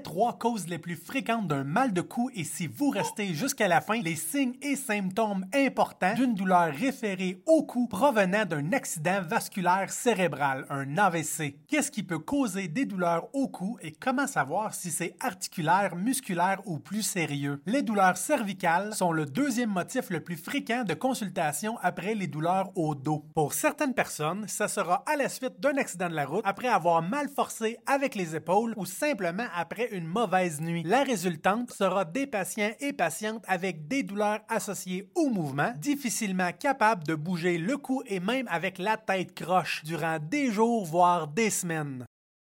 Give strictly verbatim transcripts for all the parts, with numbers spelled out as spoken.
trois causes les plus fréquentes d'un mal de cou et si vous restez jusqu'à la fin, les signes et symptômes importants d'une douleur référée au cou provenant d'un accident vasculaire cérébral, un A V C. Qu'est-ce qui peut causer des douleurs au cou et comment savoir si c'est articulaire, musculaire ou plus sérieux? Les douleurs cervicales sont le deuxième motif le plus fréquent de consultation après les douleurs au dos. Pour certaines personnes, ça sera à la suite d'un accident de la route, après avoir mal forcé avec les épaules ou simplement après une mauvaise nuit. La résultante sera des patients et patientes avec des douleurs associées au mouvement, difficilement capables de bouger le cou et même avec la tête croche durant des jours voire des semaines.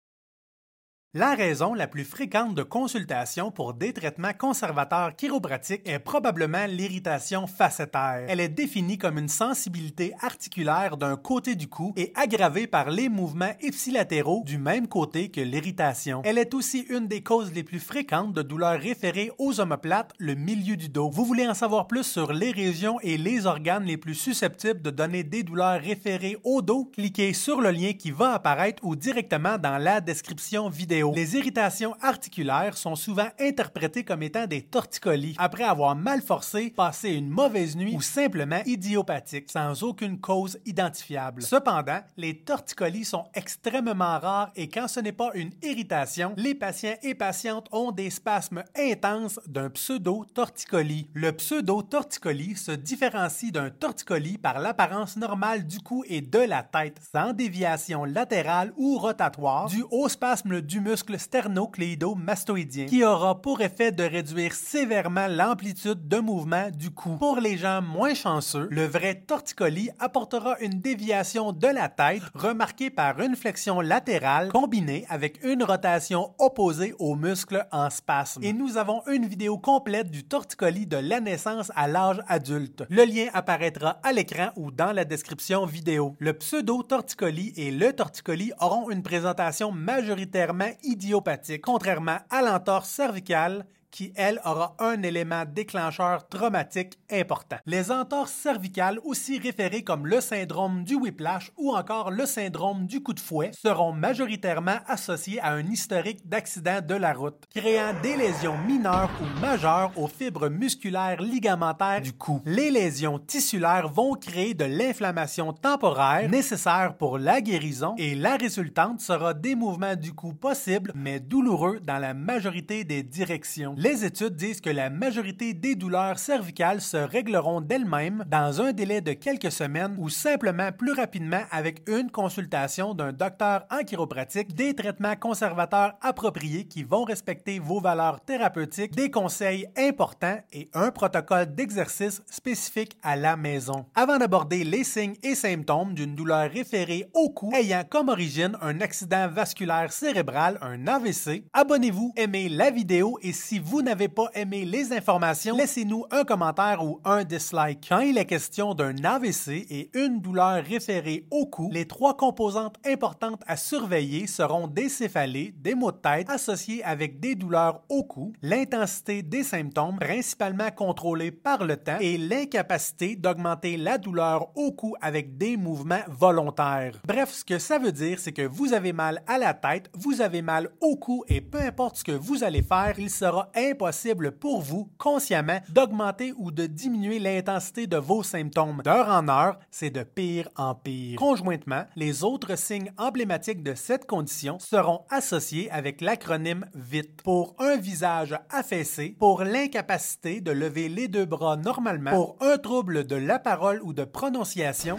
La raison la plus fréquente de consultation pour des traitements conservateurs chiropratiques est probablement l'irritation facétaire. Elle est définie comme une sensibilité articulaire d'un côté du cou et aggravée par les mouvements ipsilatéraux du même côté que l'irritation. Elle est aussi une des causes les plus fréquentes de douleurs référées aux omoplates, le milieu du dos. Vous voulez en savoir plus sur les régions et les organes les plus susceptibles de donner des douleurs référées au dos? Cliquez sur le lien qui va apparaître ou directement dans la description vidéo. Les irritations articulaires sont souvent interprétées comme étant des torticolis, après avoir mal forcé, passé une mauvaise nuit ou simplement idiopathiques, sans aucune cause identifiable. Cependant, les torticolis sont extrêmement rares et quand ce n'est pas une irritation, les patients et patientes ont des spasmes intenses d'un pseudo-torticolis. Le pseudo-torticolis se différencie d'un torticolis par l'apparence normale du cou et de la tête, sans déviation latérale ou rotatoire, due au spasme du muscle sternocléido-mastoïdien, qui aura pour effet de réduire sévèrement l'amplitude de mouvement du cou. Pour les gens moins chanceux, le vrai torticolis apportera une déviation de la tête remarquée par une flexion latérale combinée avec une rotation opposée au muscle en spasme. Et nous avons une vidéo complète du torticolis de la naissance à l'âge adulte. Le lien apparaîtra à l'écran ou dans la description vidéo. Le pseudo-torticolis et le torticolis auront une présentation majoritairement idiopathique, contrairement à l'entorse cervicale qui, elle, aura un élément déclencheur traumatique important. Les entorses cervicales, aussi référées comme le syndrome du whiplash ou encore le syndrome du coup de fouet, seront majoritairement associées à un historique d'accident de la route, créant des lésions mineures ou majeures aux fibres musculaires ligamentaires du cou. Les lésions tissulaires vont créer de l'inflammation temporaire nécessaire pour la guérison et la résultante sera des mouvements du cou possibles mais douloureux dans la majorité des directions. Les études disent que la majorité des douleurs cervicales se régleront d'elles-mêmes dans un délai de quelques semaines ou simplement plus rapidement avec une consultation d'un docteur en chiropratique, des traitements conservateurs appropriés qui vont respecter vos valeurs thérapeutiques, des conseils importants et un protocole d'exercice spécifique à la maison. Avant d'aborder les signes et symptômes d'une douleur référée au cou ayant comme origine un accident vasculaire cérébral, un A V C, abonnez-vous, aimez la vidéo et si vous Vous n'avez pas aimé les informations, laissez-nous un commentaire ou un dislike. Quand il est question d'un A V C et une douleur référée au cou, les trois composantes importantes à surveiller seront des céphalées, des maux de tête associés avec des douleurs au cou, l'intensité des symptômes, principalement contrôlés par le temps, et l'incapacité d'augmenter la douleur au cou avec des mouvements volontaires. Bref, ce que ça veut dire, c'est que vous avez mal à la tête, vous avez mal au cou et peu importe ce que vous allez faire, il sera impossible pour vous, consciemment, d'augmenter ou de diminuer l'intensité de vos symptômes. D'heure en heure, c'est de pire en pire. Conjointement, les autres signes emblématiques de cette condition seront associés avec l'acronyme V I T. Pour un visage affaissé, pour l'incapacité de lever les deux bras normalement, pour un trouble de la parole ou de prononciation,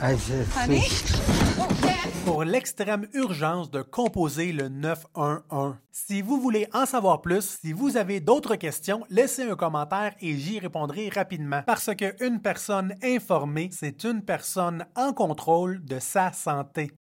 pour l'extrême urgence de composer le neuf un un. Si vous voulez en savoir plus, si vous avez d'autres questions, laissez un commentaire et j'y répondrai rapidement. Parce qu'une personne informée, c'est une personne en contrôle de sa santé.